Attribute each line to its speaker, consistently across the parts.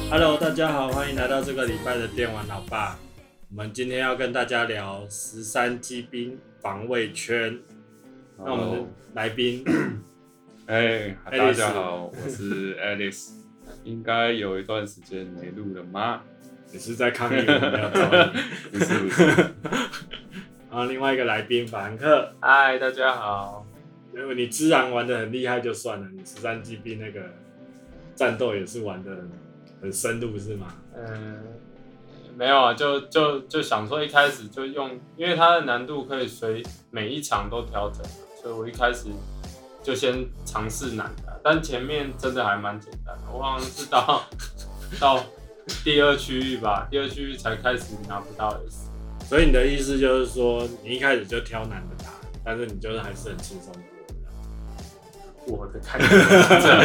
Speaker 1: Hello， 大家好，欢迎来到这个礼拜的电玩老爸。我们今天要跟大家聊13机兵防卫圈。那我们的来宾，
Speaker 2: 大家好，我是 Alice。应该有一段时间没录了吗？
Speaker 1: 你是在抗议我们没有找你？
Speaker 2: 不是。
Speaker 1: 然后另外一个来宾法兰克，
Speaker 3: 嗨，大家好。
Speaker 1: 如果你自然玩得很厉害就算了，你13机兵那个战斗也是玩得很深入是吗？
Speaker 3: 没有啊，就想说一开始就用，因为它的难度可以随每一场都调整，所以我一开始就先尝试难的，但前面真的还蛮简单的，我好像是到第二区域吧，第二区域才开始拿不到 S。
Speaker 1: 所以你的意思就是说，你一开始就挑难的打，但是你就是还是很轻松过的。
Speaker 3: 我的看法是这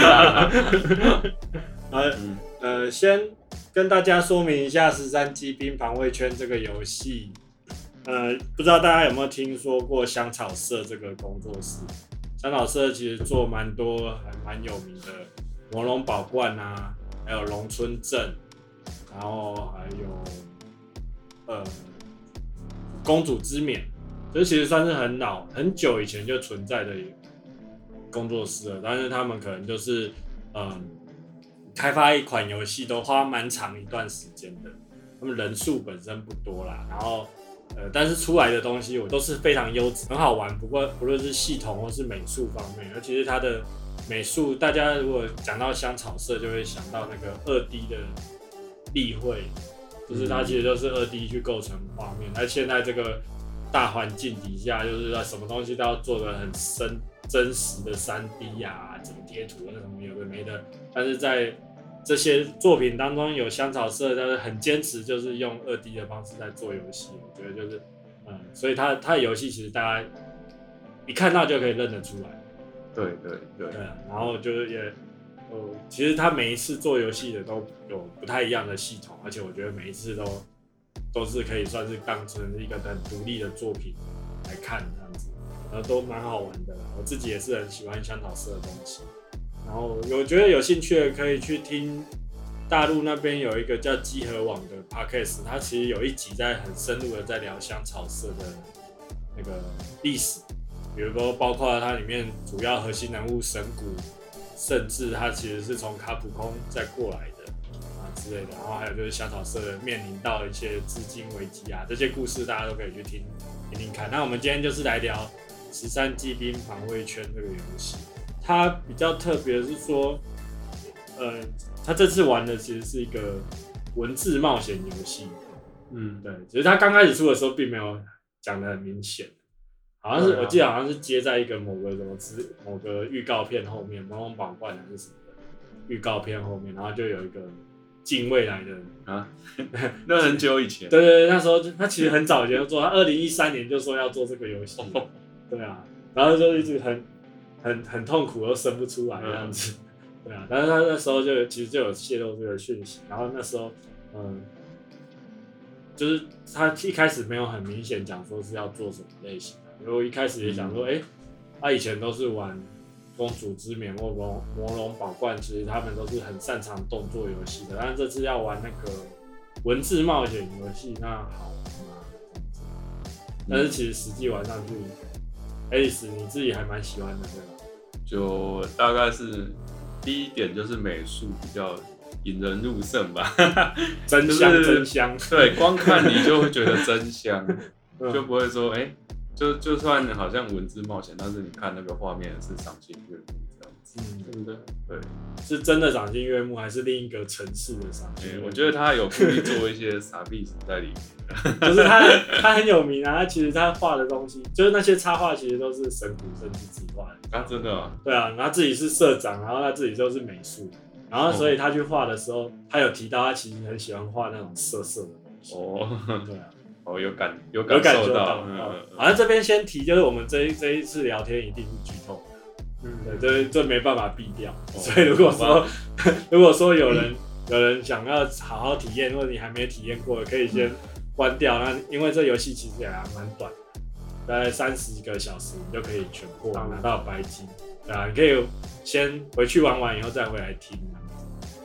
Speaker 1: 样。先跟大家说明一下13机兵防卫圈这个游戏。不知道大家有没有听说过香草社这个工作室？香草社其实做蛮多还蛮有名的魔龙宝冠啊，还有龙村镇，然后还有公主之冕，这其实算是很久以前就存在的工作室了，但是他们可能就是开发一款游戏都花蛮长一段时间的，他们人数本身不多啦，然后但是出来的东西我都是非常优质，很好玩。不过不论是系统或是美术方面，尤其是它的美术，大家如果讲到香草社，就会想到那个2D 的立绘，就是它其实都是2D 去构成画面。那现在这个大环境底下，就是什么东西都要做得很真实的3D 啊，怎么贴图那种有的没的，但是在这些作品当中有香草社，但是很坚持就是用2D 的方式在做游戏，我觉得就是所以它的游戏其实大家一看到就可以认得出来。
Speaker 2: 对，
Speaker 1: 然后就是其实它每一次做游戏的都有不太一样的系统，而且我觉得每一次都是可以算是当成一个很独立的作品来看这样子，然后都蛮好玩的啦。我自己也是很喜欢香草社的东西。然后我觉得有兴趣的可以去听大陆那边有一个叫集合网的 podcast， 它其实有一集在很深入的在聊香草社的那个历史，比如说包括它里面主要核心人物神谷，甚至它其实是从卡普空再过来的啊之类的。然后还有就是香草社面临到一些资金危机啊，这些故事大家都可以去听看。那我们今天就是来聊13机兵防卫圈这个游戏。它比较特别的是说，它这次玩的其实是一个文字冒险游戏。对，其实它刚开始出的时候并没有讲得很明显，好像是我记得好像是接在一个某个预告片后面，魔龙宝冠还是什么的预告片后面，然后就有一个近未来的人
Speaker 2: 啊，那很久以前。
Speaker 1: 对，那时候他其实很早以前就做，他2013年就说要做这个游戏。对啊，然后就一直很痛苦，都生不出来这样子。对啊，但是他那时候其实就有泄露这个讯息，然后那时候就是他一开始没有很明显讲说是要做什么类型的，我一开始也想说，他以前都是玩公主之冕或魔龙宝冠，其实他们都是很擅长动作游戏的，但是这次要玩那个文字冒险游戏，那好玩吗？但是其实实际玩上去，Alice 你自己还蛮喜欢的，对吧？
Speaker 2: 就大概是第一点就是美术比较引人入胜吧，
Speaker 1: 真香，
Speaker 2: 对，光看你就会觉得真香，就不会说就算好像文字冒险，但是你看那个画面是赏心悦目这样子。
Speaker 3: 真的，
Speaker 2: 对，
Speaker 1: 是真的赏心悦目，还是另一个层次的赏心悦目？
Speaker 2: 我觉得他有故意做一些傻逼死在里面。
Speaker 1: 就是他很有名啊，他其实他画的东西，就是那些插画其实都是神谷甚至自己画的。
Speaker 2: 啊，真的啊？
Speaker 1: 对啊，然后他自己是社长，然后他自己就是美术，然后所以他去画的时候，他有提到他其实很喜欢画那种色的东西。对啊。
Speaker 2: 有感受到。
Speaker 1: 好像这边先提，就是我们这一次聊天一定是剧透。对，这没办法避掉。所以如果说有人想要好好体验，或者你还没体验过，可以先关掉。那因为这游戏其实也还蛮短的，大概30个小时你就可以全破，拿到白金。对啊，你可以先回去玩完以后再回来听。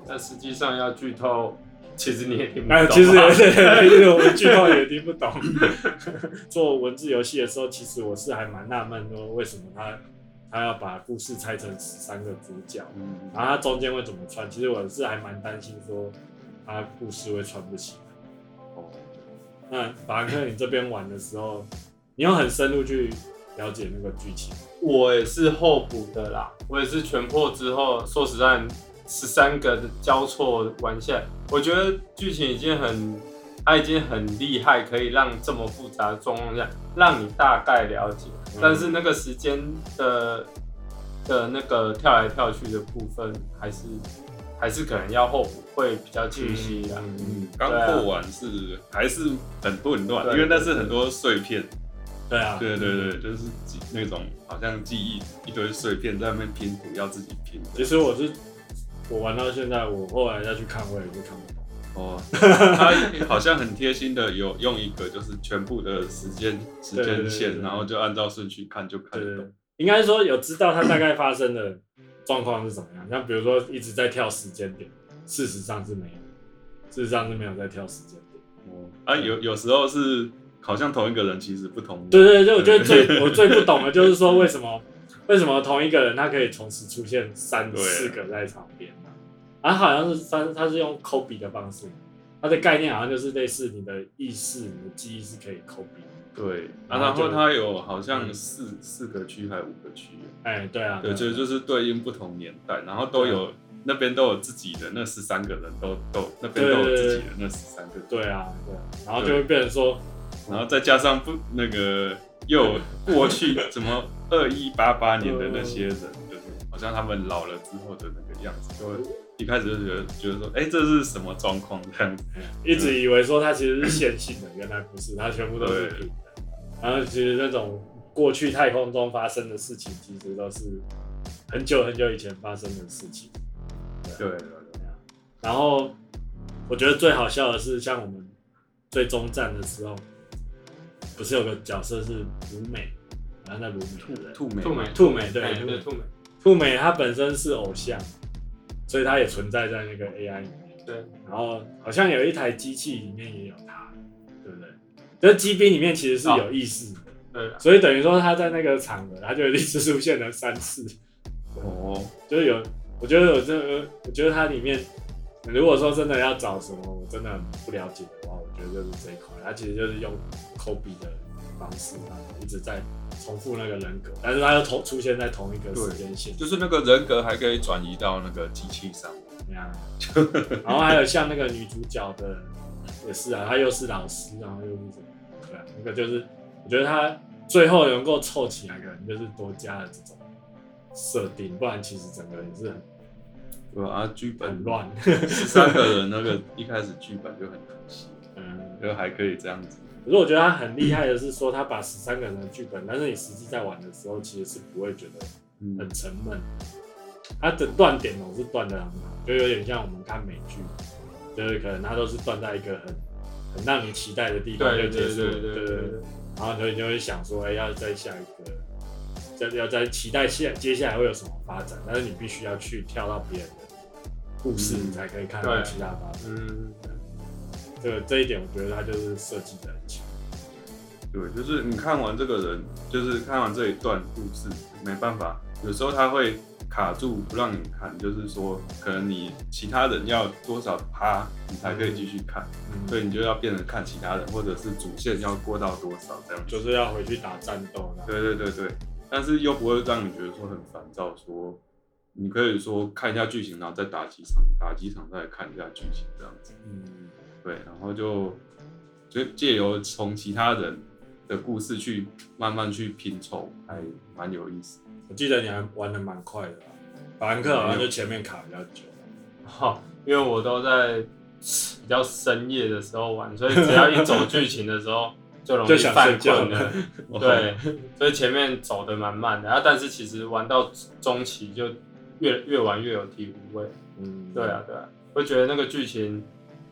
Speaker 3: 那实际上要剧透，其实你也听不懂。
Speaker 1: 其实对，我们剧透也听不懂。做文字游戏的时候，其实我是还蛮纳闷说，为什么他要把故事拆成13个主角，然后他中间会怎么串？其实我是还蛮担心说，他故事会串不起来。那法兰克，你这边玩的时候，你有很深入去了解那个剧情？
Speaker 3: 我也是后补的啦，我也是全破之后，说实在，13个的交错玩下来，我觉得剧情它已经很厉害，可以让这么复杂的状况下，让你大概了解。但是那个时间的那个跳来跳去的部分，还是可能要后补会比较清晰啦。
Speaker 2: 刚破完还是很混乱，因为那是很多碎片。
Speaker 1: 对啊，
Speaker 2: 对，就是那种好像记忆一堆碎片在那边拼图，要自己拼。
Speaker 1: 其实我玩到现在，我后来再去看，我也是看不懂。
Speaker 2: 他好像很贴心的有用一个就是全部的时间线，然后就按照顺序看就看得懂。
Speaker 1: 应该说有知道它大概发生的状况是怎么样，像比如说一直在跳时间点，事实上是没有在跳时间点。
Speaker 2: 有时候是好像同一个人其实不同。
Speaker 1: 对，我觉得我最不懂的就是说为什么同一个人他可以同时出现3、4个在场边。然后好像是他是用 copy 的方式，它的概念好像就是类似你的意识、你的记忆是可以 copy。
Speaker 2: 对，然后它有好像四个区还是5个区？
Speaker 1: 对啊，
Speaker 2: 对，就是对应不同年代，然后都有那边都有自己的那13个人都那边都有自己的那13个。
Speaker 1: 对啊，然后就会变成说，
Speaker 2: 然后再加上又有过去什么2188年的那些人，就是好像他们老了之后的那个样子，就会一开始就觉得说，这是什么状况这样子？
Speaker 1: 一直以为说它其实是线性的，原来不是，它全部都是平的。然后其实那种过去太空中发生的事情，其实都是很久很久以前发生的事情。
Speaker 2: 对。
Speaker 1: 然后我觉得最好笑的是，像我们最终战的时候，不是有个角色是鲁美，然后那鲁美
Speaker 2: 兔美
Speaker 1: 对兔美，她本身是偶像，所以她也存在在那个 AI 里面。
Speaker 3: 对，
Speaker 1: 然后好像有一台机器里面也有她，对不对？就是机兵里面其实是有意识的，
Speaker 3: 对，
Speaker 1: 所以等于说他在那个场合，他就一次出现了3次。就是我觉得它里面，如果说真的要找什么我真的很不了解的话，我觉得就是这一块，它其实就是用 copy 的方式，一直在重复那个人格，但是它又出现在同一个时间线，
Speaker 2: 就是那个人格还可以转移到那个机器上。
Speaker 1: 然后还有像那个女主角的也是啊，她又是老师，然后又是什么？对啊，那个就是我觉得她最后能够凑起来，可能就是多加了这种设定，不然其实整个也是
Speaker 2: 剧本
Speaker 1: 很乱。
Speaker 2: 13个人那个一开始剧本就很可惜，就还可以这样子。
Speaker 1: 可是我觉得他很厉害的是说，他把13个人的剧本，但是你实际在玩的时候，其实是不会觉得很沉闷。他的断点总是断得很好，就有点像我们看美剧，就是可能他都是断在一个很让你期待的地方就结束了，对。然后你就会想说，要再下一个，要在期待接下来会有什么发展，但是你必须要去跳到别人的故事，你才可以看到其他发展。这一点，我觉得他就是设计的很强。
Speaker 2: 对，就是你看完这个人，就是看完这一段故事，没办法，有时候他会卡住不让你看，就是说可能你其他人要多少趴你才可以继续看，所以你就要变成看其他人，或者是主线要过到多少这样，
Speaker 1: 就是要回去打战斗。
Speaker 2: 对，但是又不会让你觉得说很烦躁，说你可以说看一下剧情，然后再打几场再来看一下剧情这样子。对，然后就借由从其他人的故事去慢慢去拼凑，还蛮有意思。
Speaker 1: 我记得你还玩得蛮快的吧？法兰克好像就前面卡比较久。
Speaker 3: 因为我都在比较深夜的时候玩，所以只要一走剧情的时候就容易犯困了。对，所以前面走得蛮慢的，但是其实玩到中期就越玩越有醍醐味。对啊，会觉得那个剧情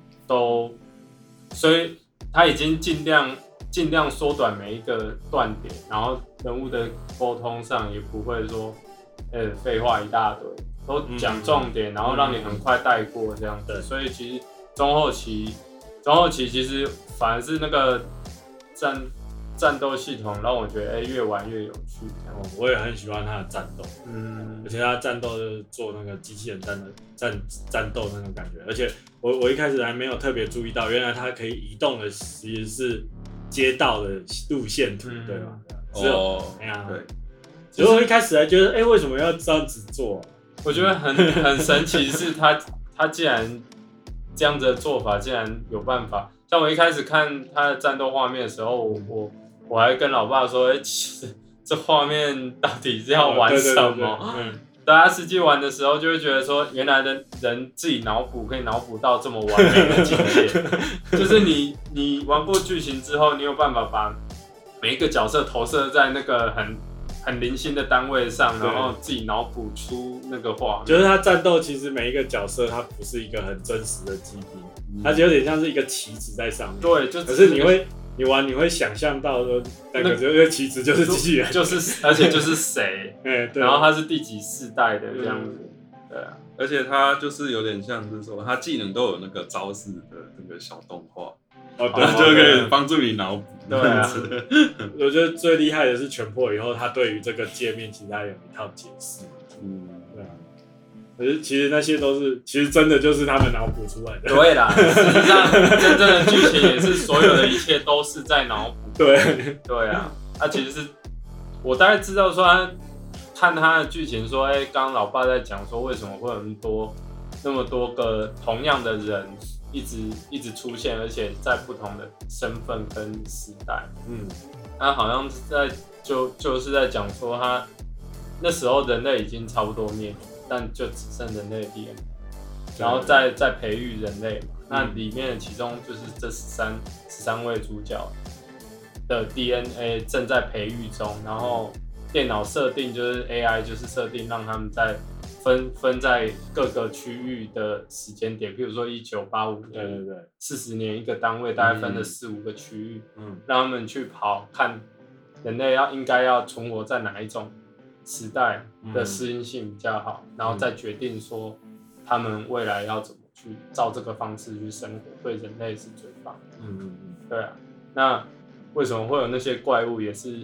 Speaker 3: 所以他已经尽量缩短每一个断点，然后人物的沟通上也不会说废话一大堆， 都讲重点，然后让你很快带过这样子。所以其实中后期其实反而是那个战斗系统让我觉得越玩越有趣。
Speaker 1: 我也很喜欢它的战斗，而且它战斗就是做那个机器人战斗那种感觉。而且我一开始还没有特别注意到，原来它可以移动的其实是街道的路线图，对吧？对。只是我一开始还觉得，为什么要这样子做？
Speaker 3: 我觉得很神奇，是他既然这样子的做法，竟然有办法。像我一开始看他的战斗画面的时候，我还跟老爸说，其实这画面到底是要玩什么？大家实际玩的时候，就会觉得说，原来的人自己脑补可以脑补到这么完美的境界，就是你玩过剧情之后，你有办法把每一个角色投射在那个很零星的单位上，然后自己脑补出那个画面。
Speaker 1: 就是他战斗，其实每一个角色他不是一个很真实的机兵，他就有点像是一个棋子在上面。
Speaker 3: 对，
Speaker 1: 可是你会想象到说，那个棋子就是机器人，
Speaker 3: 而且就是谁，
Speaker 1: 对，
Speaker 3: 然后他是第几世代的这样子，对啊。
Speaker 2: 而且他就是有点像是说，他技能都有那个招式的那个小动画。就可以帮助你脑补。
Speaker 3: 对啊，
Speaker 1: 我觉得最厉害的是全破以后，他对于这个界面其实他有一套解释。对啊。可是其实那些都是，其实真的就是他们脑补出来的。
Speaker 3: 对啦，事实上真正的剧情也是所有的一切都是在脑补。对啊，其实是我大概知道说看他的剧情说，刚刚老爸在讲说为什么会有那么多个同样的人。一直出现，而且在不同的身份跟时代。他好像就是在讲说，他那时候人类已经差不多灭绝，但就只剩人类的 DNA， 然后再培育人类嘛。那里面的其中就是这13位主角的 DNA 正在培育中，然后电脑设定就是 AI 就是设定让他们在分在各个区域的时间点，譬如说1985年，40年一个单位，大概分了4-5个区域，让他们去跑，看人类应该要存活在哪一种时代的适应性比较好，然后再决定说他们未来要怎么去照这个方式去生活，对人类是最棒的。对啊，那为什么会有那些怪物也是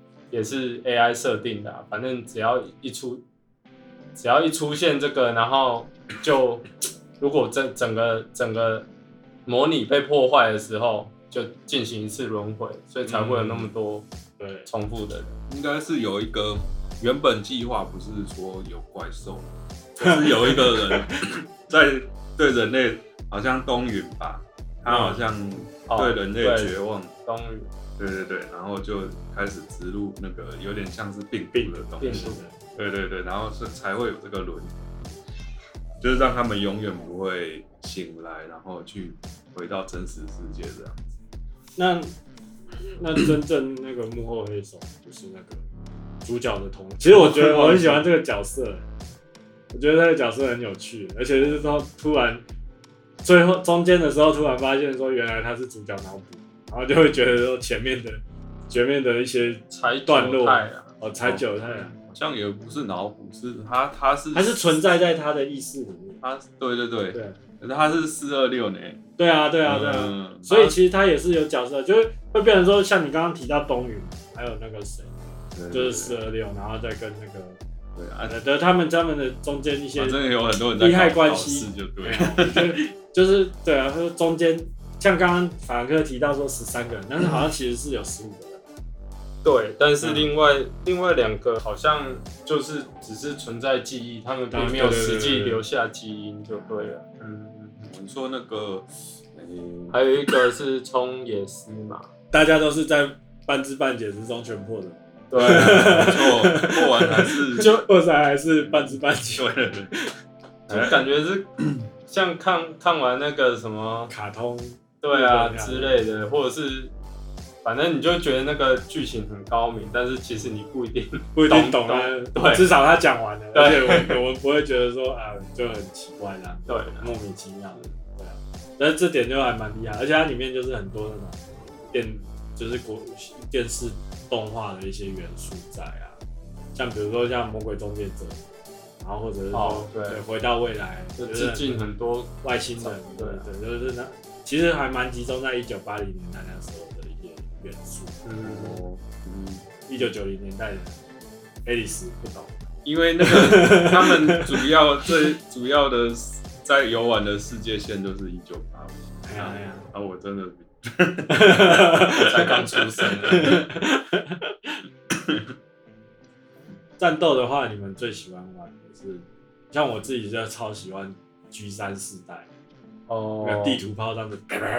Speaker 3: AI 设定的反正只要一出现这个，然后就如果整个模拟被破坏的时候，就进行一次轮回，所以才会有那么多重复的人。
Speaker 2: 应该是有一个原本计划不是说有怪兽，是有一个人在对人类，好像东云吧，他好像对人类绝望。
Speaker 3: 东云。
Speaker 2: 对，然后就开始植入那个有点像是病毒的东西。对，然后才会有这个轮，就是让他们永远不会醒来，然后去回到真实世界这样子。
Speaker 1: 那真正那个幕后黑手就是那个主角的同，其实我觉得我很喜欢这个角色，我觉得那个角色很有趣，而且就是说突然最后中间的时候突然发现说原来他是主角脑补，然后就会觉得说前面的一些段落才韭菜啊。
Speaker 2: 好像也不是脑补，是他
Speaker 1: 是存在在他的意识里面。
Speaker 2: 对，可是他是426呢。
Speaker 1: 对啊，所以其实他也是有角色，就是会变成说，像你刚刚提到东云，还有那个谁，就是426，然后再跟那个对他们的中间一些
Speaker 2: 真的有很多人在
Speaker 1: 利害关系，
Speaker 2: 就对，
Speaker 1: 就是对啊，中间像刚刚法兰克提到说13个人，但是好像其实是有15个人。
Speaker 3: 对，但是另外2个好像就是只是存在记忆，他们并没有实际留下基因，就对了。
Speaker 2: 你说那个，
Speaker 3: 还有一个是冲野司嘛，
Speaker 1: 大家都是在半知半解之中全破的。
Speaker 3: 对，
Speaker 2: 没错，破完还是
Speaker 1: 就破才还是半知半解。
Speaker 3: 就感觉是像看完那个什么
Speaker 1: 卡通，
Speaker 3: 对啊之类的，或者是。反正你就觉得那个剧情很高明，但是其实你不一定懂啊。
Speaker 1: 对，至少他讲完了，而且我们不会觉得说就很奇怪啦，
Speaker 3: 对，
Speaker 1: 莫名其妙的，对啊。但是这点就还蛮厉害，而且它里面就是很多那种就是电视动画的一些元素在啊，像比如说像《魔鬼终结者》 然后或者是说对回到未来，
Speaker 3: 就致敬很多
Speaker 1: 外星人，对，就是那其实还蛮集中在1980年代那时候的一些元素。1990年代的爱丽丝不懂，
Speaker 2: 因为那个他们最主要的在游玩的世界线就是1985。
Speaker 1: 哎呀，
Speaker 2: 我真的
Speaker 3: 我才刚出生。
Speaker 1: 战斗的话，你们最喜欢玩的是？像我自己就超喜欢 G3世代，那个地图炮这样子，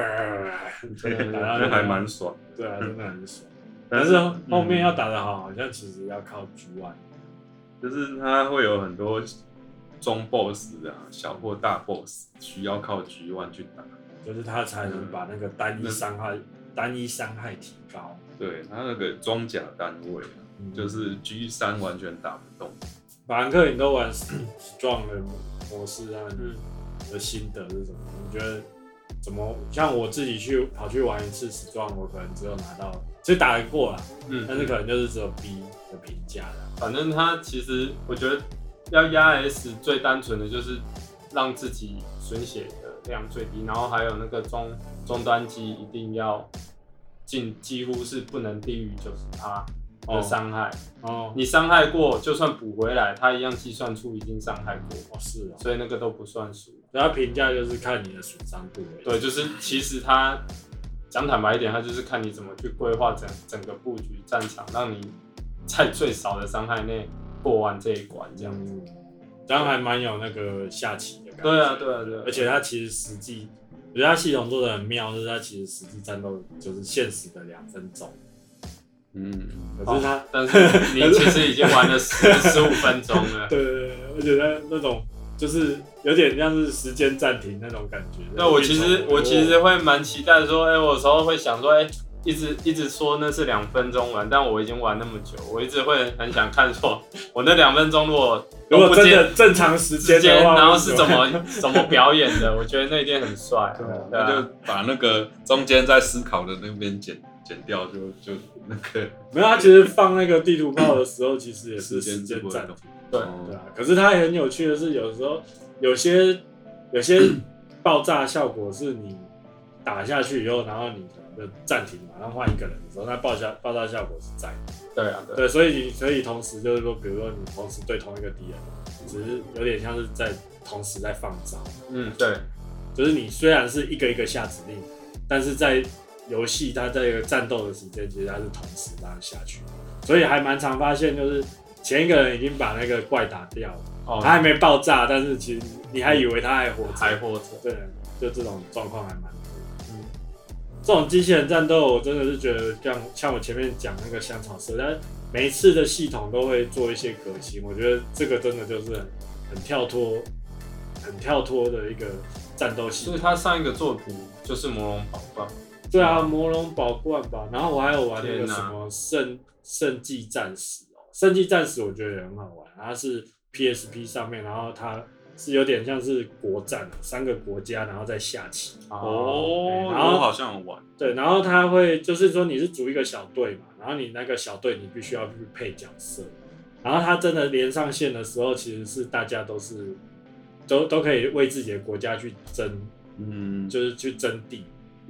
Speaker 2: 这还蛮爽。
Speaker 1: 对啊，真的很爽。但是后面要打得好，好像其实要靠 G1，
Speaker 2: 就是它会有很多中 boss 啊、小或大 boss 需要靠 G1 去打，
Speaker 1: 就是它才能把那个单一伤害提高。
Speaker 2: 对，它那个装甲单位就是 G3 完全打不动。
Speaker 1: 法兰克，你都玩 Strong 的模式啊？你的心得是什么？你觉得怎么？像我自己跑去玩一次 Strong， 我可能只有拿到，其实打得过啦，但是可能就是只有 B 的评价啦。
Speaker 3: 反正它其实我觉得要压 S 最单纯的就是让自己损血的量最低，然后还有那个终端机一定要几乎是不能低于90%的伤害。你伤害过，就算补回来，它一样计算出已经伤害过。
Speaker 1: 是哦，
Speaker 3: 所以那个都不算数。
Speaker 1: 然后评价就是看你的损伤度。
Speaker 3: 对，就是其实它讲坦白一点，它就是看你怎么去规划整个布局战场，让你在最少的伤害内过完这一关，这样子。
Speaker 1: 这样还蛮有那个下棋的感觉。
Speaker 3: 对啊。
Speaker 1: 而且它其实实际，我觉得它系统做的很妙，就是它其实实际战斗就是现实的2分钟。可是它，
Speaker 3: 但是你其实已经玩了15分钟了。
Speaker 1: 对，而且它那种就是有点像是时间暂停那种感觉。
Speaker 3: 对，我其实会蛮期待说，我有时候会想说，一直说那是2分钟玩，但我已经玩那么久，我一直会很想看说，我那2分钟如果
Speaker 1: 真的正常时间的话，
Speaker 3: 然后是怎么表演的，我觉得那一定很帅。
Speaker 2: 对啊，就把那个中间在思考的那边剪掉，就那个
Speaker 1: 没有，他其实放那个地图炮的时候，其实也是时间暂停。
Speaker 3: 对
Speaker 1: 啊，可是它很有趣的是，有时候有些爆炸效果是你打下去以后，然后你的暂停马上换一个人的时候，那爆炸效果是在的。
Speaker 3: 对啊，
Speaker 1: 对，所以同时就是说，比如说你同时对同一个敌人，只是有点像是在同时在放招。
Speaker 3: 对，
Speaker 1: 就是你虽然是一个一个下指令，但是在游戏它在一个战斗的时间，其实它是同时这样下去，所以还蛮常发现，就是前一个人已经把那个怪打掉了，他还没爆炸，但是其实你还以为他还活着，对，就这种状况还蛮多。这种机器人战斗，我真的是觉得像我前面讲那个香草社，但每一次的系统都会做一些革新，我觉得这个真的就是很跳脱的一个战斗系统。
Speaker 3: 所以他上一个作品就是《魔龙宝冠》。
Speaker 1: 对啊，魔龙宝冠吧，然后我还有玩那个什么圣迹战士圣迹战士我觉得也很好玩，它是 PSP 上面，然后它是有点像是国战，3个国家然后再下棋。
Speaker 2: 然后好像有玩。
Speaker 1: 对，然后它会就是说你是组一个小队嘛，然后你那个小队你必须要去配角色，然后它真的连上线的时候，其实是大家都可以为自己的国家去争，就是去争地。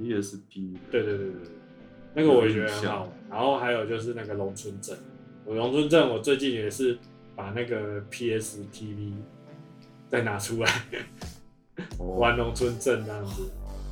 Speaker 2: PSP，
Speaker 1: 对，那个我也觉得很好玩。然后还有就是那个龙村镇，我最近也是把那个 PSTV 再拿出来玩龙村镇这样子。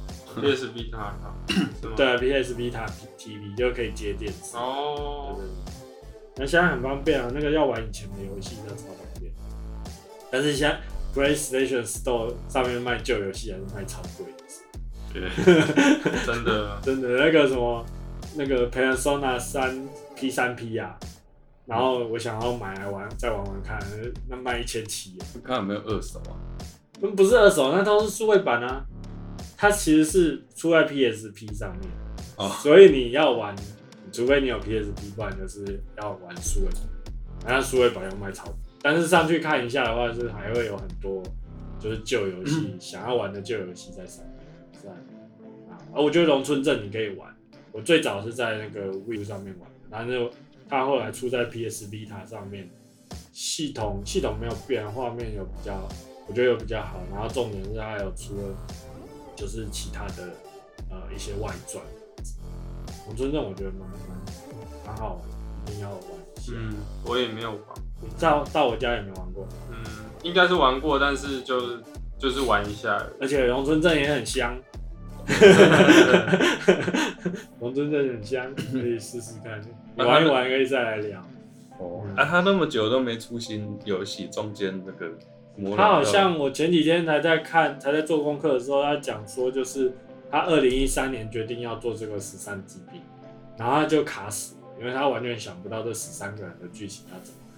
Speaker 3: PSP 它
Speaker 1: 对啊 ，PSP 它 TV 就可以接电视。对。那现在很方便啊，那个要玩以前的游戏那超方便。但是现在 PlayStation Store 上面卖旧游戏还是卖超贵的。
Speaker 3: 真的
Speaker 1: 那个什么那个 Persona 3 P3P 啊，然后我想要买来玩，再玩玩看，那卖1700耶，
Speaker 2: 看有没有二手啊？
Speaker 1: 不是二手，那都是数位版啊。它其实是出在 PSP 上面，所以你要玩，除非你有 PSP， 不然就是要玩数位版。那数位版要卖超贵，但是上去看一下的话，是还会有很多就是旧游戏，想要玩的旧游戏在上面。我觉得龙村镇你可以玩，我最早是在那个 Wii U 上面玩的，然后它后来出在 PS Vita 上面， 系统没有变，画面有比较，我觉得有比较好，然后重点是它有出了就是其他的一些外传。龙村镇我觉得蛮好玩，一定要玩一下。
Speaker 3: 我也没有玩。
Speaker 1: 你到我家也没玩过。
Speaker 3: 应该是玩过，但是就是玩一下。
Speaker 1: 而且龙村镇也很香。龙村镇很香，可以试试看，玩一玩可以再来聊。
Speaker 2: 他那么久都没出新游戏，中间那个
Speaker 1: 他好像我前几天才在做功课的时候，他讲说就是他2013年决定要做这个13疾病，然后他就卡死了，因为他完全想不到这13个人的剧情要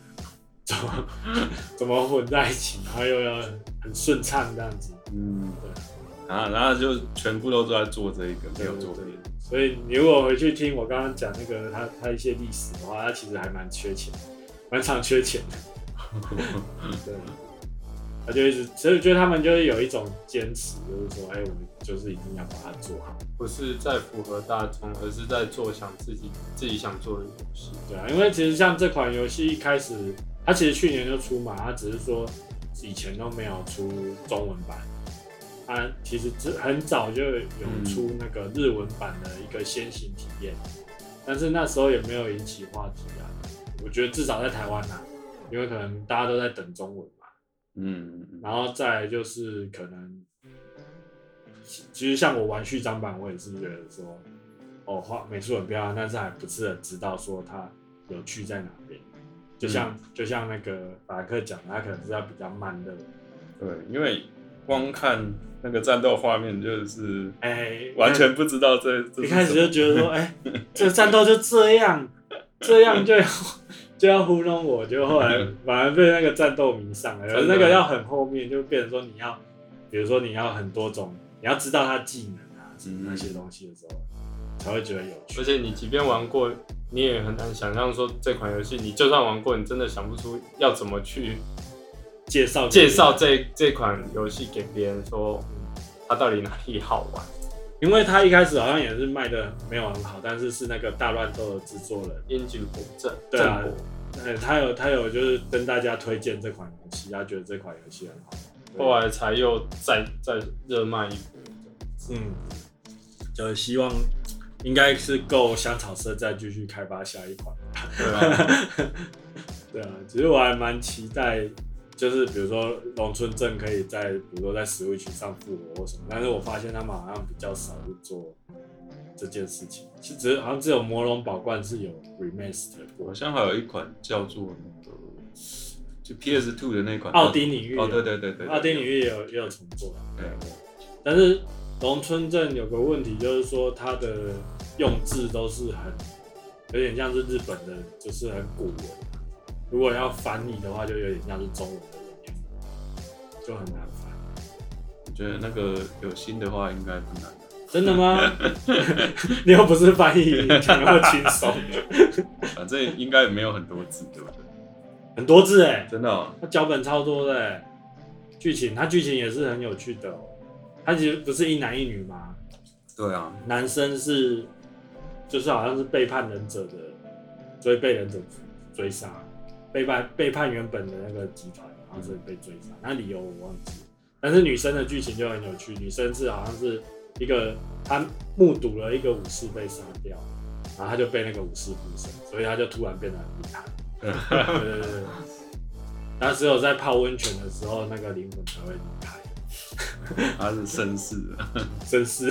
Speaker 1: 怎么混在一起，然后又要很顺畅这样子。
Speaker 2: 对。然后就全部都在做这一个，没有做别的。
Speaker 1: 所以你如果回去听我刚刚讲那个他一些历史的话，他其实还蛮缺钱，蛮常缺钱的。对，他就一直，所以我觉得他们就是有一种坚持，就是说，我们就是一定要把它做好，
Speaker 3: 不是在符合大众，而是在做自己想做的游戏。
Speaker 1: 对啊，因为其实像这款游戏一开始，它其实去年就出嘛，它只是说以前都没有出中文版。它其实很早就有出那个日文版的一个先行体验，但是那时候也没有引起话题啊。我觉得至少在台湾啊，因为可能大家都在等中文嘛。然后再来就是可能，其实像我玩序章版，我也是觉得说，美术很漂亮，但是还不是很知道说它有趣在哪边。就像那个法兰克讲的，它可能是要比较慢热。
Speaker 2: 对，因为光看那个战斗画面就是完全不知道这
Speaker 1: 一开始就觉得说这个战斗就这样就要糊弄我，就后来反而被那个战斗迷上了。那个要很后面就变成说比如说你要很多种，你要知道他技能啊什么那些东西的时候，才会觉得有趣。
Speaker 3: 而且你即便玩过，你也很难想象说这款游戏，你就算玩过，你真的想不出要怎么去介绍这款游戏给别人，说它到底哪里好玩。
Speaker 1: 因为他一开始好像也是卖的没有很好，但是那个大乱斗的制作人
Speaker 3: 樱井博正，
Speaker 1: 对啊，他有就是跟大家推荐这款游戏，他觉得这款游戏很好，
Speaker 3: 后来才又再热卖一波。
Speaker 1: 就希望应该是够香草社再继续开发下一款。
Speaker 3: 对啊，
Speaker 1: 对啊，其实我还蛮期待。就是比如说龙村镇可以比如说在 Switch 上复活或什么，但是我发现他们好像比较少去做这件事情。好像只有魔龙宝冠是有 remaster 过，
Speaker 2: 好像还有一款叫做那个就 PS2 的那款
Speaker 1: 奥丁领域。
Speaker 2: 对，
Speaker 1: 奥丁领域也有重做。对，但是龙村镇有个问题就是说它的用字都是有点像是日本的，就是很古文。如果要翻译的话，就有点像是中文的文言文，就很难翻。
Speaker 2: 我觉得那个有新的话应该不难。
Speaker 1: 真的吗？你又不是翻译，你讲那么轻松。
Speaker 2: 反正应该也没有很多字，对不对？
Speaker 1: 很多字
Speaker 2: 真的哦。
Speaker 1: 它脚本超多的剧情也是很有趣的哦。它其实不是一男一女吗？
Speaker 2: 对啊。男
Speaker 1: 生就是好像是背叛忍者的，所以被忍者追杀。背叛原本的那个集团，然后所以被追杀，那理由我忘记了。但是女生的剧情就很有趣，女生好像是一个她目睹了一个武士被杀掉，然后她就被那个武士附身，所以她就突然变得很厉害。对。然后只有在泡温泉的时候，那个灵魂才会离开。
Speaker 2: 她是绅士的，
Speaker 1: 绅士。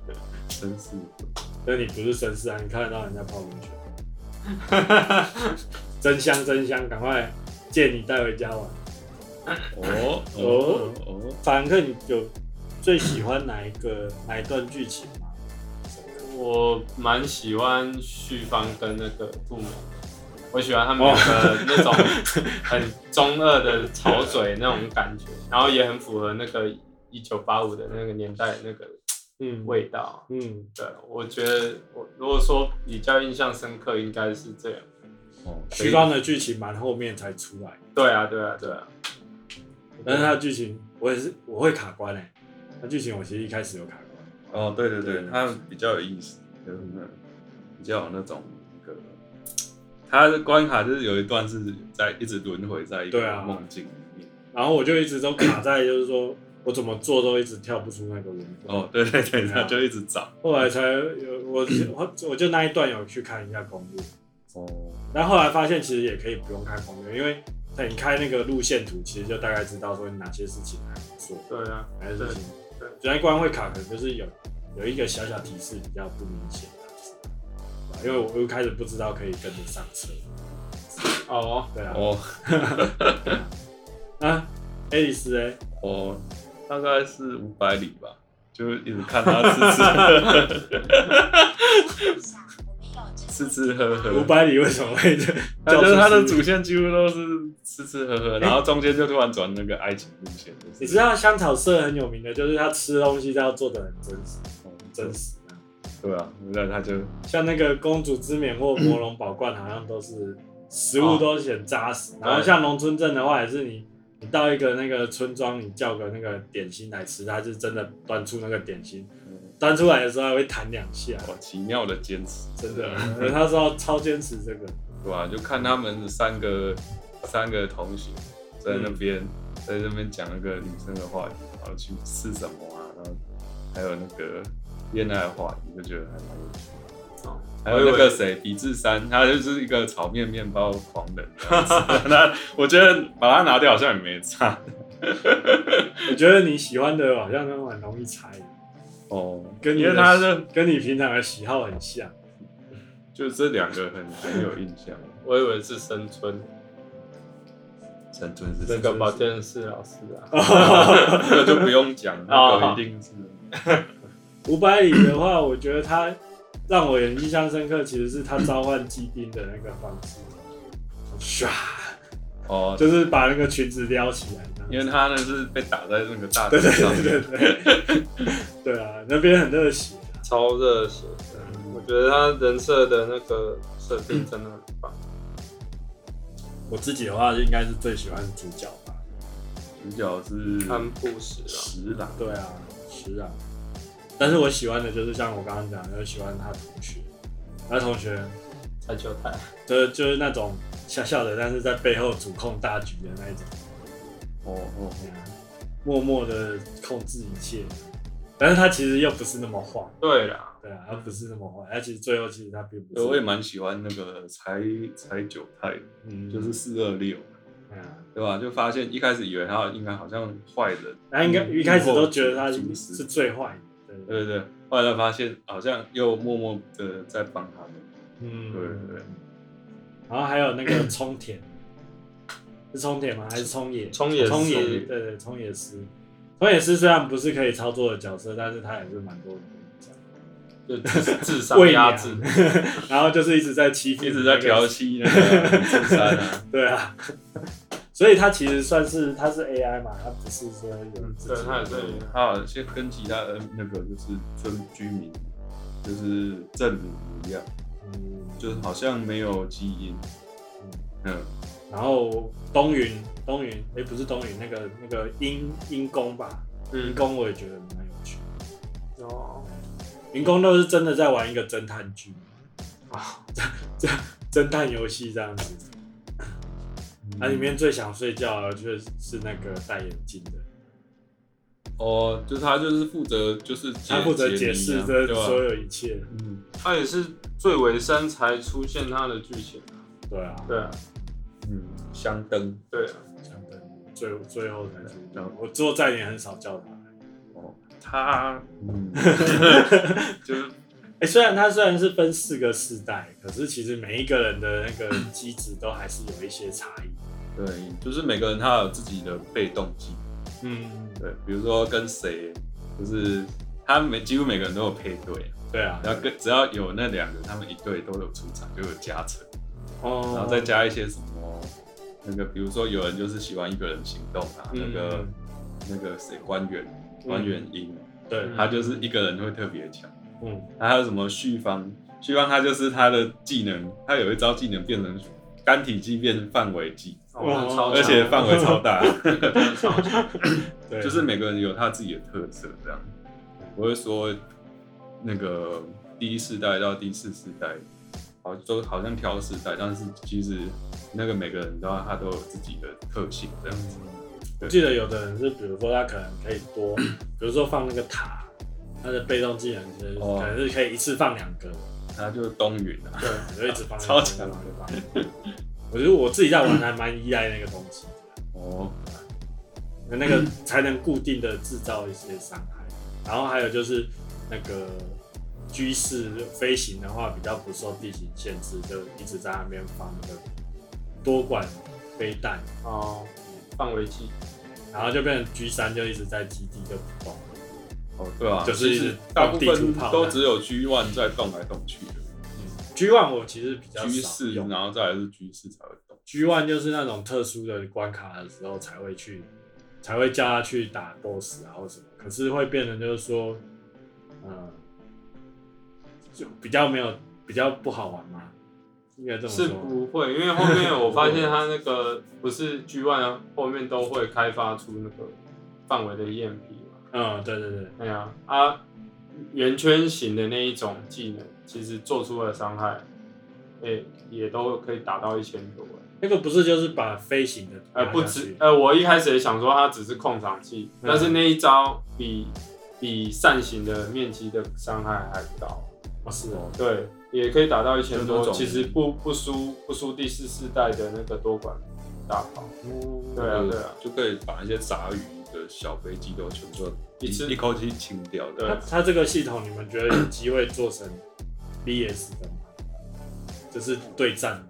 Speaker 1: 但你不是绅士啊，你看得到人家泡温泉。真香，赶快借你带回家玩。法兰克，你有最喜欢哪一段剧情吗？
Speaker 3: 我蛮喜欢旭方跟那个杜美，我喜欢他们两个那种很中二的吵嘴那种感觉，然后也很符合那个1985的那个年代那个味道。对，我觉得如果说比较印象深刻，应该是这样。
Speaker 1: 旭方的剧情蛮后面才出来。
Speaker 3: 对啊。
Speaker 1: 但是他的剧情我会卡关他剧情我其实一开始有卡关。
Speaker 2: 对，他比较有意思，就是比较有那种他的关卡就是有一段是在一直轮回在一个梦境里面，
Speaker 1: 然后我就一直都卡在就是说我怎么做都一直跳不出那个轮回。
Speaker 2: 哦，对对对，他就一直找。
Speaker 1: 后来才有我就那一段有去看一下攻略。
Speaker 2: 哦，
Speaker 1: 但后来发现其实也可以不用看攻略，因为你开那个路线图，其实就大概知道说哪些事情还不错。
Speaker 3: 对啊，
Speaker 1: 哪些事情只那一关会卡，可能就是有一个小小提示比较不明显的，因为我一开始不知道可以跟着上车。
Speaker 3: 哦，
Speaker 1: 对啊。
Speaker 2: 哦，
Speaker 1: 啊，爱丽丝哎，
Speaker 2: 我大概是500里吧，就一直看他吃吃喝喝。
Speaker 1: 500里为什么会？
Speaker 2: 就是他的主线几乎都是吃吃喝喝，然后中间就突然转那个爱情路线。
Speaker 1: 你知道香草社很有名的，就是他吃东西都要做的很真实，真实。
Speaker 2: 对啊，那他就
Speaker 1: 像那个公主之冕或魔龙宝冠，好像都是食物都很扎实。然后像农村镇的话，也是你到一个那个村庄，你叫个那个点心来吃，他是真的端出那个点心，端出来的时候还会弹2下。
Speaker 2: 哇，奇妙的坚持，
Speaker 1: 真的，他说超坚持这个。
Speaker 2: 对啊，就看他们三个同行在那边讲那个女生的话题，然后去吃什么啊，然后还有那个恋爱的话题，就觉得还蛮有趣的。哦，还有那个谁，比智山，他就是一个炒面面包狂人。那我觉得把它拿掉好像也没差。
Speaker 1: 我觉得你喜欢的好像都很容易猜。哦，因为他跟你平常的喜好很像。
Speaker 2: 就这2个很有印象。
Speaker 3: 我以为是生春。
Speaker 2: 生春是
Speaker 3: 那个保健室老师啊。
Speaker 2: 这个就不用讲，那个一定是。
Speaker 1: 500里的话，我觉得他让我印象深刻，其实是他召唤机兵的那个方式，唰，哦，就是把那个裙子撩起来，
Speaker 2: 因为他那是被打在那个大腿上面，
Speaker 1: 对，对啊，那边很热血，
Speaker 3: 超热血的，我觉得他人设的那个设定真的很棒。
Speaker 1: 我自己的话，应该是最喜欢主角吧，
Speaker 2: 主角是
Speaker 3: 安部十郎，
Speaker 1: 对啊，十郎。但是我喜欢的就是像我刚刚讲的，喜欢他同学，他同学
Speaker 3: 才球台，
Speaker 1: 就是那种笑笑的，但是在背后主控大局的那一种。默默的控制一切，但是他其实又不是那么坏。
Speaker 3: 对啦，
Speaker 1: 对啊，他不是那么坏，他其实最后其实他并不是。
Speaker 2: 我也蛮喜欢那个才九太，就是426。对吧？就发现一开始以为他应该好像坏人，
Speaker 1: 他应该一开始都觉得他是最坏的。
Speaker 2: 对对对，后来才发现好像又默默的在帮他们。对对对。
Speaker 1: 然后还有那个冲田，是冲田吗？还是冲野？
Speaker 3: 冲野，
Speaker 1: 对对，冲野师。冲野师虽然不是可以操作的角色，但是他也是蛮多人
Speaker 3: 就智商压制，
Speaker 1: 然后就是一直在欺负，
Speaker 2: 一直在调戏那个智山啊。
Speaker 1: 对啊。所以他其实算是他是 AI 嘛，他不是说有自己。
Speaker 3: 对，他也是 AI。
Speaker 2: 他好像跟其他的那个就是居民，就是镇民一样，就是好像没有基因。
Speaker 1: 然后东云，不是东云，那个鹰宫吧，鹰宫我也觉得蛮有趣的。哦，鹰宫都是真的在玩一个侦探剧啊，侦探游戏这样子。那里面最想睡觉的就是那个戴眼镜的。
Speaker 2: 哦，就是他就是负责
Speaker 1: 他负责解释这所有一切。
Speaker 3: 他也是最尾声才出现他的剧情。
Speaker 1: 对啊。
Speaker 3: 对啊。
Speaker 2: 香灯。
Speaker 3: 对啊，
Speaker 1: 香灯最后才出现。我做在也很少叫他。
Speaker 2: 哦，他就是
Speaker 1: 虽然是分4个世代，可是其实每一个人的那个机制都还是有一些差异。
Speaker 2: 对，就是每个人他有自己的被动技。对，比如说跟谁，就是几乎每个人都有配对。
Speaker 1: 对啊。
Speaker 2: 然后只要有那2个，他们一队都有出场，就有加成。然后再加一些什么，那个比如说有人就是喜欢一个人行动啊，那个谁官员鹰，对，他就是一个人会特别强。还有什么旭方他就是他的技能，他有一招技能变成干体技变范围技，而且范围超大，就是每个人有他自己的特色这样。我会说那个第1世代到第4世代好像挑世代，但是其实那个每个人他都有自己的特性这样子。
Speaker 1: 我记得有的人是，比如说他可能可以多，比如说放那个塔，他的被动技能就是可能是可以一次放2个，
Speaker 2: 他就是东云啊，
Speaker 1: 对，就一直放
Speaker 2: 超强。
Speaker 1: 我觉得我自己在玩还蛮依赖那个东西。那个才能固定的制造一些伤害，然后还有就是那个居士飞行的话，比较不受地形限制，就一直在那边放那个多管飞弹
Speaker 3: 范围器，
Speaker 1: 然后就变成 G3 就一直在基地就不动。
Speaker 2: 对啊，
Speaker 1: 就是一直
Speaker 2: 大部分都只有 G1 在动来动去的。
Speaker 1: G1 我其实比较少
Speaker 2: 用 G4，然后再来是 G4 才会动。
Speaker 1: G1 就是那种特殊的关卡的时候才会叫他去打 BOSS 啊或什么，可是会变成就是说，就比较不好玩嘛，应该这么说。
Speaker 3: 是不会，因为后面我发现他那个不是 G1 后面都会开发出那个范围的 EMP 嘛。
Speaker 1: 对。
Speaker 3: 对啊，圆圈型的那一种技能，其实做出的伤害，也都可以达到1000多。
Speaker 1: 那个不是就是把飞行的
Speaker 3: 不止我一开始也想说它只是控场器，但是那一招比扇形的面积的伤害还高。
Speaker 1: 是哦，
Speaker 3: 对，也可以达到1000多，其实不输第4世代的那个多管大炮。对啊，
Speaker 2: 就可以把那些杂鱼的小飞机都全部一口气清掉的。
Speaker 1: 它这个系统，你们觉得有机会做成 BS 的吗？就是对战。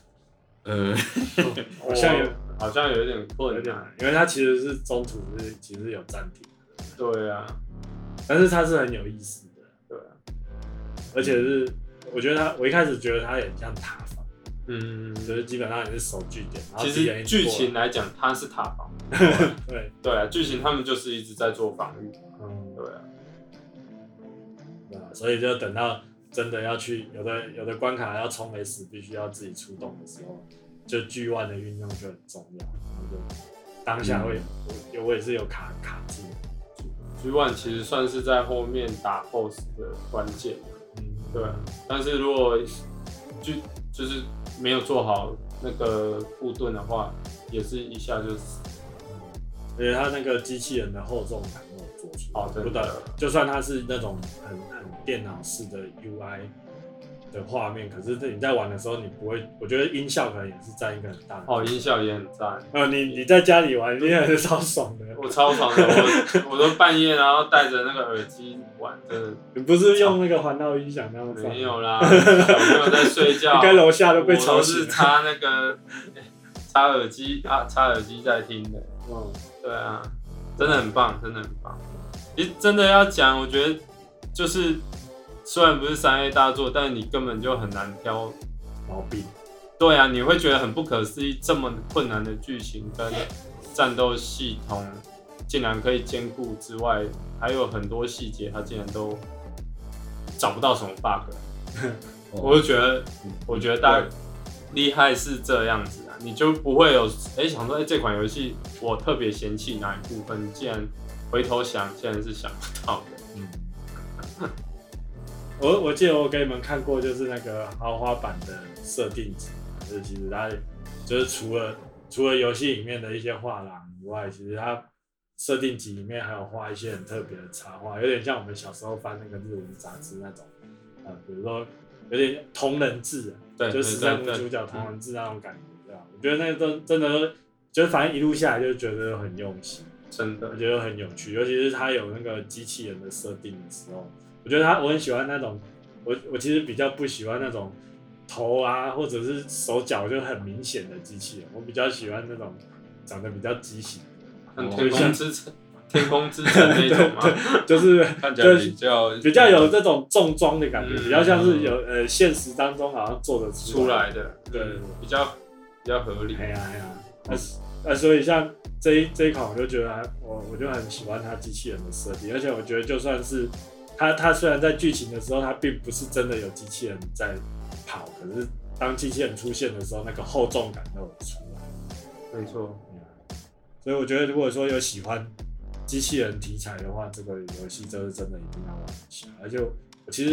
Speaker 3: 好像有点困难，
Speaker 1: 因为它其实是中途其实有暂停。
Speaker 3: 对啊，
Speaker 1: 但是它是很有意思的。
Speaker 3: 对啊，
Speaker 1: 而且是我觉得我一开始觉得它也很像塔防，就是基本上也是守据点。
Speaker 3: 其实剧情来讲，它是塔防。对啊，剧情他们就是一直在做防御。对
Speaker 1: 啊，所以就等到真的要去有的关卡要冲 S， 必须要自己出动的时候，就G1的运用就很重要。然后就当下我也是有卡住。
Speaker 3: G1其实算是在后面打 BOSS 的关键。对。但是如果就是没有做好那个护盾的话，也是一下就死。
Speaker 1: 而且他那个机器人的厚重感没有做出来。
Speaker 3: 真的。
Speaker 1: 就算它是那种很电脑式的 UI 的画面，可是你在玩的时候，你不会，我觉得音效可能也是占一个很大的。
Speaker 3: 音效也很赞。
Speaker 1: 你在家里玩，你也是超爽的。
Speaker 3: 我超爽的，我都半夜然后戴着那个耳机玩，真的。
Speaker 1: 你不是用那个环绕音响那样？
Speaker 3: 没有啦，小朋友在睡觉，
Speaker 1: 应该楼下都被吵醒。
Speaker 3: 我是插那个插耳机在听的。对啊，真的很棒，真的很棒。其实真的要讲，我觉得就是虽然不是3A 大作，但是你根本就很难挑
Speaker 1: 毛病。
Speaker 3: 对啊，你会觉得很不可思议，这么困难的剧情跟战斗系统竟然可以兼顾之外，还有很多细节它竟然都找不到什么 bug。我就觉得，我觉得大概厉害是这样子啊，你就不会有想说这款游戏我特别嫌弃哪一部分，既然回头想，竟然是想不到的。
Speaker 1: 我记得我给你们看过，就是那个豪华版的设定集，就是其实它就是除了游戏里面的一些画廊以外，其实它设定集里面还有画一些很特别的插画，有点像我们小时候翻那个日文杂志那种，比如说有点同人志，就是13个主角同人志那种感觉，对吧？我觉得那个都真的就反正一路下来就觉得很用心，
Speaker 3: 真的，
Speaker 1: 我觉得很有趣，尤其是它有那个机器人的设定的时候。我觉得我很喜欢那种，我其实比较不喜欢那种头啊或者是手脚就很明显的机器人，我比较喜欢那种长得比较畸形的，
Speaker 3: 天空之城那种吗？
Speaker 1: 就是
Speaker 2: 看起来
Speaker 1: 比较有这种重装的感觉，比较像是有现实当中好像做得
Speaker 3: 出来的，
Speaker 1: 对，
Speaker 3: 比较合理。
Speaker 1: 所以像这一款我就觉得我就很喜欢它机器人的设计，而且我觉得就算是它虽然在剧情的时候它并不是真的有机器人在跑，可是当机器人出现的时候，那个厚重感都有出来。
Speaker 3: 没错。
Speaker 1: 所以我觉得如果说有喜欢机器人题材的话，这个游戏就是真的一定要玩一下。而且我其实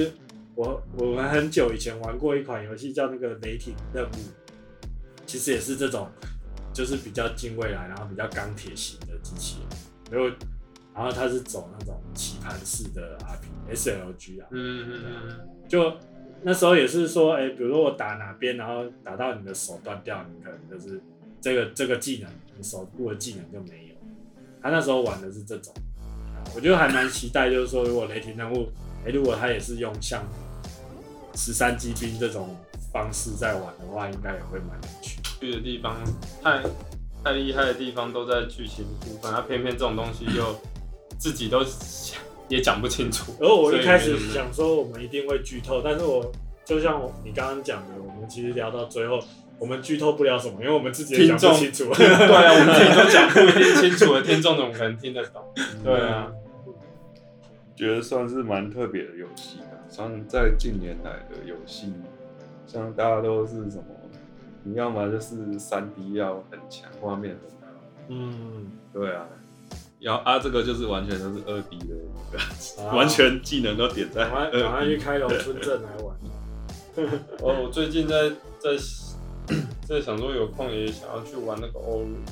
Speaker 1: 我们很久以前玩过一款游戏叫那个雷霆任务，其实也是这种，就是比较近未来，然后比较钢铁型的机器人，然后它是走那种棋盘式的 SLG 啊，就那时候也是说，比如说我打哪边，然后打到你的手断掉，你可能就是这个技能，你手部的技能就没有。他那时候玩的是这种，我觉得还蛮期待，就是说如果雷霆任务，如果他也是用像13机兵这种方式在玩的话，应该也会蛮有趣。
Speaker 3: 去的地方太厉害的地方都在剧情部分，他偏偏这种东西又自己都也讲不清楚。
Speaker 1: 而我一开始想说我们一定会剧透，但是我就像你刚刚讲的，我们其实聊到最后，我们剧透不了什么，因为我们自己也讲不清楚。
Speaker 3: 对啊，我们自己都讲不一定清楚的，听众怎么可能听得懂？对啊，
Speaker 2: 觉得算是蛮特别的游戏的。像在近年来的游戏，像大家都是什么，你要么就是3D 要很强，画面很好，对啊。这个就是完全都是2D 的那个，完全技能都点在2D。
Speaker 1: 赶快去开龙村镇来玩。
Speaker 3: 我最近在想说有空也想要去玩那个欧鲁。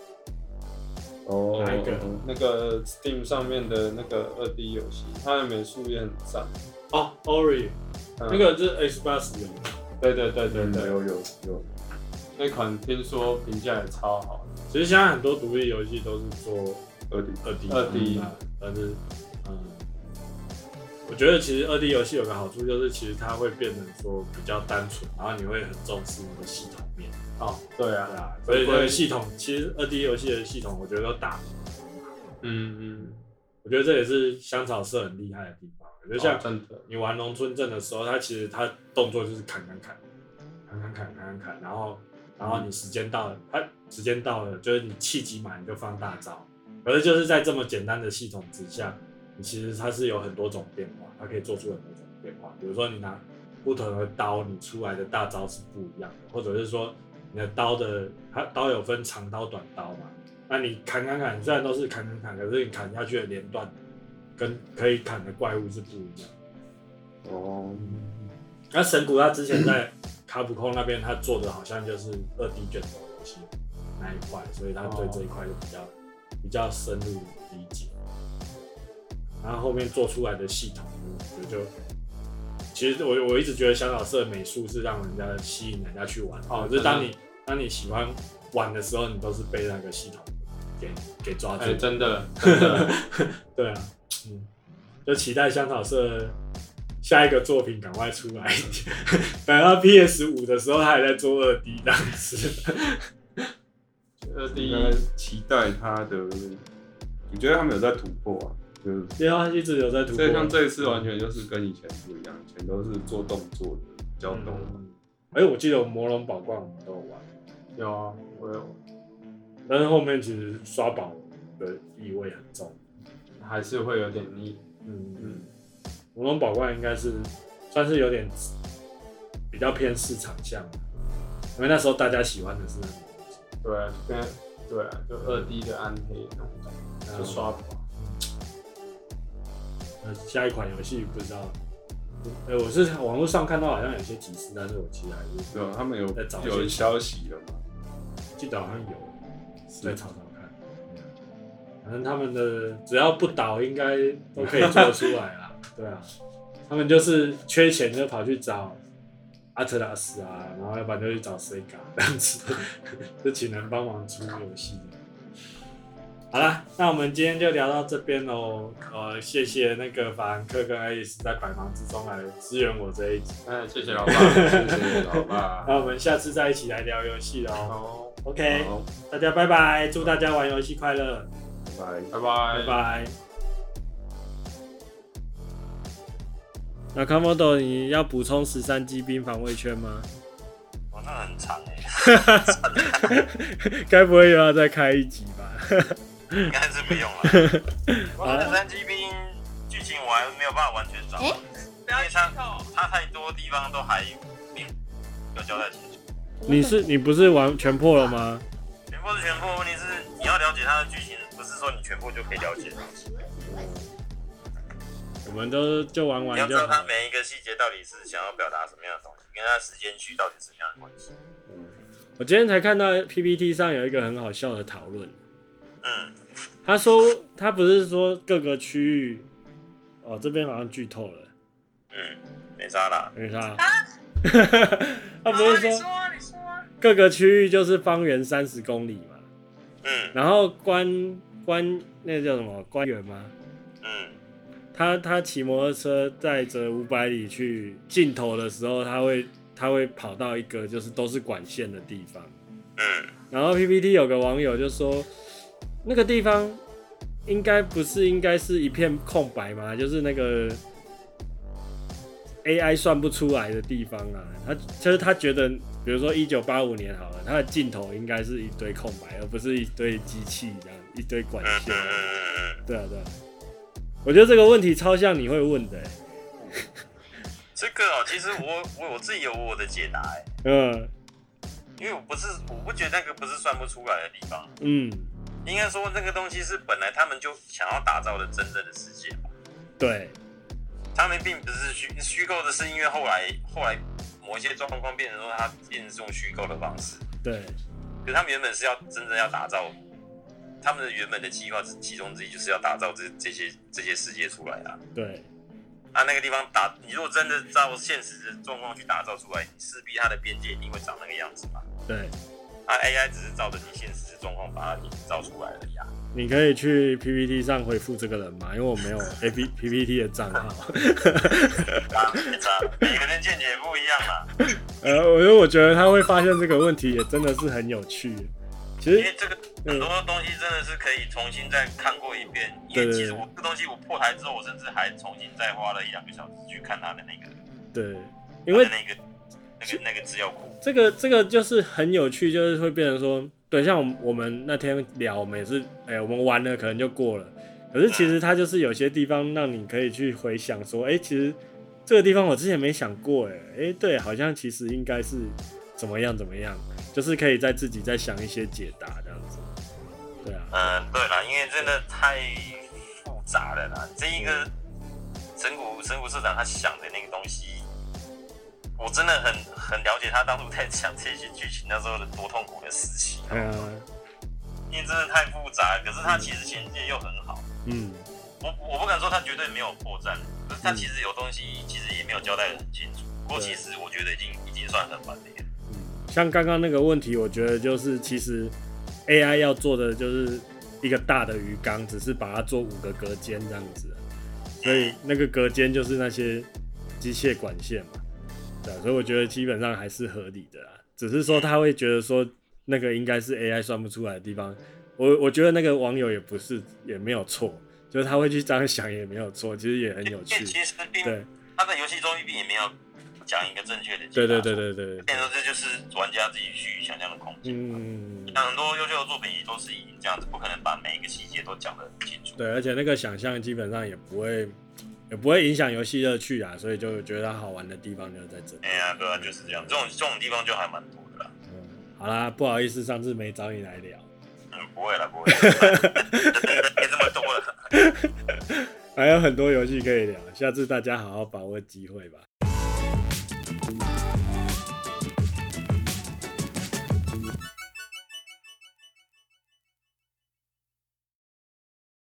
Speaker 1: 哪一个？
Speaker 3: 那个 Steam 上面的那个2D 游戏，它的美术也很赞。
Speaker 1: 哦 ，Ori，那个是 Xbox 有。
Speaker 3: 对，
Speaker 2: 有。
Speaker 3: 那款听说评价也超好。
Speaker 1: 其实现在很多独立游戏都是做2D，但是我觉得其实2D 游戏有个好处就是，其实它会变成说比较单纯，然后你会很重视那个系统面。
Speaker 3: 对啊，
Speaker 1: 所以这个系统其实2D 游戏的系统，我觉得都打得我觉得这也是香草社很厉害的地方。就像你玩农村镇的时候，它其实它动作就是砍，然后你时间到了，就是你气急满你就放大招。可是就是在这么简单的系统之下，你其实它是有很多种变化，它可以做出很多种变化。比如说你拿不同的刀，你出来的大招是不一样的，或者是说你的它刀有分长刀、短刀嘛。那你砍，虽然都是砍，可是你砍下去的连段跟可以砍的怪物是不一样的。那神谷他之前在卡普空那边，他做的好像就是2D 卷轴游戏那一块，所以他对这一块就比较深入理解。然后后面做出来的系统，我觉得其实我一直觉得香草社的美术是让人家吸引人家去玩。就是当你喜欢玩的时候，你都是被那个系统给抓住。
Speaker 3: 真的，
Speaker 1: 对啊，就期待香草社下一个作品赶快出来一点。本来他 PS5 的时候，他还在做2D 这样子。
Speaker 2: 2D 期待他的，我觉得他们有在突破啊，
Speaker 1: 对啊，一直有在突破。
Speaker 2: 所以像这一次完全就是跟以前不一样，以前都是做动作的比较多。
Speaker 1: 我记得我魔龙宝冠我们都有玩。
Speaker 3: 有啊，我有。
Speaker 1: 但是后面其实刷宝的意味很重，
Speaker 3: 还是会有点腻。
Speaker 1: 魔龙宝冠应该是算是有点比较偏市场向，因为那时候大家喜欢的是那种东西。
Speaker 3: 对啊，就2D 的暗黑那种感觉，就刷宝。
Speaker 1: 下一款游戏不知道，我是网络上看到好像有些提示，但是我其实还是
Speaker 2: 对，他们有
Speaker 1: 在找
Speaker 2: 有消息了吗？
Speaker 1: 记得好像有，再找找看。反正他们的只要不倒，应该都可以做得出来啦。对啊，他们就是缺钱就跑去找阿特拉斯啊，然后要不然就去找 Sega 这样子，就请人帮忙出游戏。好啦，那我们今天就聊到这边喽。谢谢那个法兰克跟爱丽丝在百忙之中来支援我这一集。
Speaker 3: 谢谢老爸，谢谢老爸。
Speaker 1: 那我们下次再一起来聊游戏喽。OK， 大家拜拜，祝大家玩游戏快乐，拜拜。那Nakamoto，你要补充13机兵防卫圈吗？
Speaker 4: 那很长欸。
Speaker 1: 该不会又要再开一集吧？
Speaker 4: 应该是不用了。我13机兵剧情我还没有办法完全掌握，因为它太多地方都还没有交代清楚。
Speaker 1: 你不是玩全破了吗？
Speaker 4: 全破是全破，问题是你要了解它的剧情，不是说你全破就可以了解。
Speaker 1: 我们就玩玩就好。
Speaker 4: 你要知道他每一个细节到底是想要表达什么样的东西，跟他的时间序到底是什么样的关系。
Speaker 1: 我今天才看到 PPT 上有一个很好笑的讨论。他说他不是说各个区域，哦，这边好像剧透了。
Speaker 4: 没差啦，
Speaker 1: 没差。他不是说各个区域就是方圆30公里嘛？然后关那个叫什么官员吗？他骑摩托车载着500里去尽头的时候，他会跑到一个就是都是管线的地方。然后 PPT 有个网友就说，那个地方应该是一片空白吗？就是那个 AI 算不出来的地方啊。他觉得，比如说1985年好了，它的尽头应该是一堆空白，而不是一堆机器这样，一堆管线。对啊。我觉得这个问题超像你会问的。
Speaker 4: 这个其实我自己有我的解答因为我不觉得那个不是算不出来的地方。应该说那个东西是本来他们就想要打造的真正的世界吧。
Speaker 1: 对。
Speaker 4: 他们并不是虚构的，是因为后来某一些状况变成说它变成是用虚构的方式。
Speaker 1: 对。
Speaker 4: 可是他们原本是要真正要打造，他们的原本的计划其中之一就是要打造这些世界出来啊。
Speaker 1: 对。
Speaker 4: 那个地方你如果真的照现实的状况去打造出来，你势必它的边界一定会长那个样子嘛。
Speaker 1: 对。
Speaker 4: AI 只是照着你现实的状况把它造出来而已啊。
Speaker 1: 你可以去 PPT 上回复这个人吗？因为我没有 PPT 的账号。
Speaker 4: 每个人见解不一样嘛。
Speaker 1: 我觉得他会发现这个问题也真的是很有趣。其实
Speaker 4: 因为这个很多东西真的是可以重新再看过一遍。因为其实这个东西我破台之后，我甚至还重新再花了1-2个小时去看他的那个。
Speaker 1: 对，因为
Speaker 4: 那个资料库。
Speaker 1: 这个就是很有趣，就是会变成说，对，像我们那天聊，我们也是，我们玩了可能就过了。可是其实它就是有些地方让你可以去回想说，其实这个地方我之前没想过，对，好像其实应该是怎么样，就是可以自己再想一些解答这样子。对啊。
Speaker 4: 对啦，因为真的太复杂了啦。这一个神谷社长他想的那个东西，我真的很了解他当初在讲这些剧情那时候的多痛苦的时期。因为真的太复杂了，可是他其实衔接又很好。我不敢说他绝对没有破绽，可是他其实有东西其实也没有交代得很清楚。不过其实我觉得已经算很完美了。
Speaker 1: 像刚刚那个问题，我觉得就是其实 AI 要做的就是一个大的鱼缸，只是把它做5个隔间这样子，所以那个隔间就是那些机械管线嘛。对，所以我觉得基本上还是合理的啦，只是说他会觉得说那个应该是 AI 算不出来的地方。我觉得那个网友也没有错，就是他会去这样想也没有错，其实也很有趣。
Speaker 4: 其实
Speaker 1: 对，
Speaker 4: 他在游戏中并也没有讲一个正确的解答。
Speaker 1: 对。
Speaker 4: 变成这就是玩家自己去想象的空间。像很多优秀的作品也都是这样子，不可能把每一个细节都讲得很清楚。
Speaker 1: 对，而且那个想象基本上也不会影响游戏乐趣啊，所以就觉得它好玩的地方就在这里。
Speaker 4: 对啊，就是这样，这种地方就还蛮多的啦。
Speaker 1: 好啦，不好意思，上次没找你来聊。
Speaker 4: 不会啦，别这么多了。
Speaker 1: 还有很多游戏可以聊，下次大家好好把握机会吧。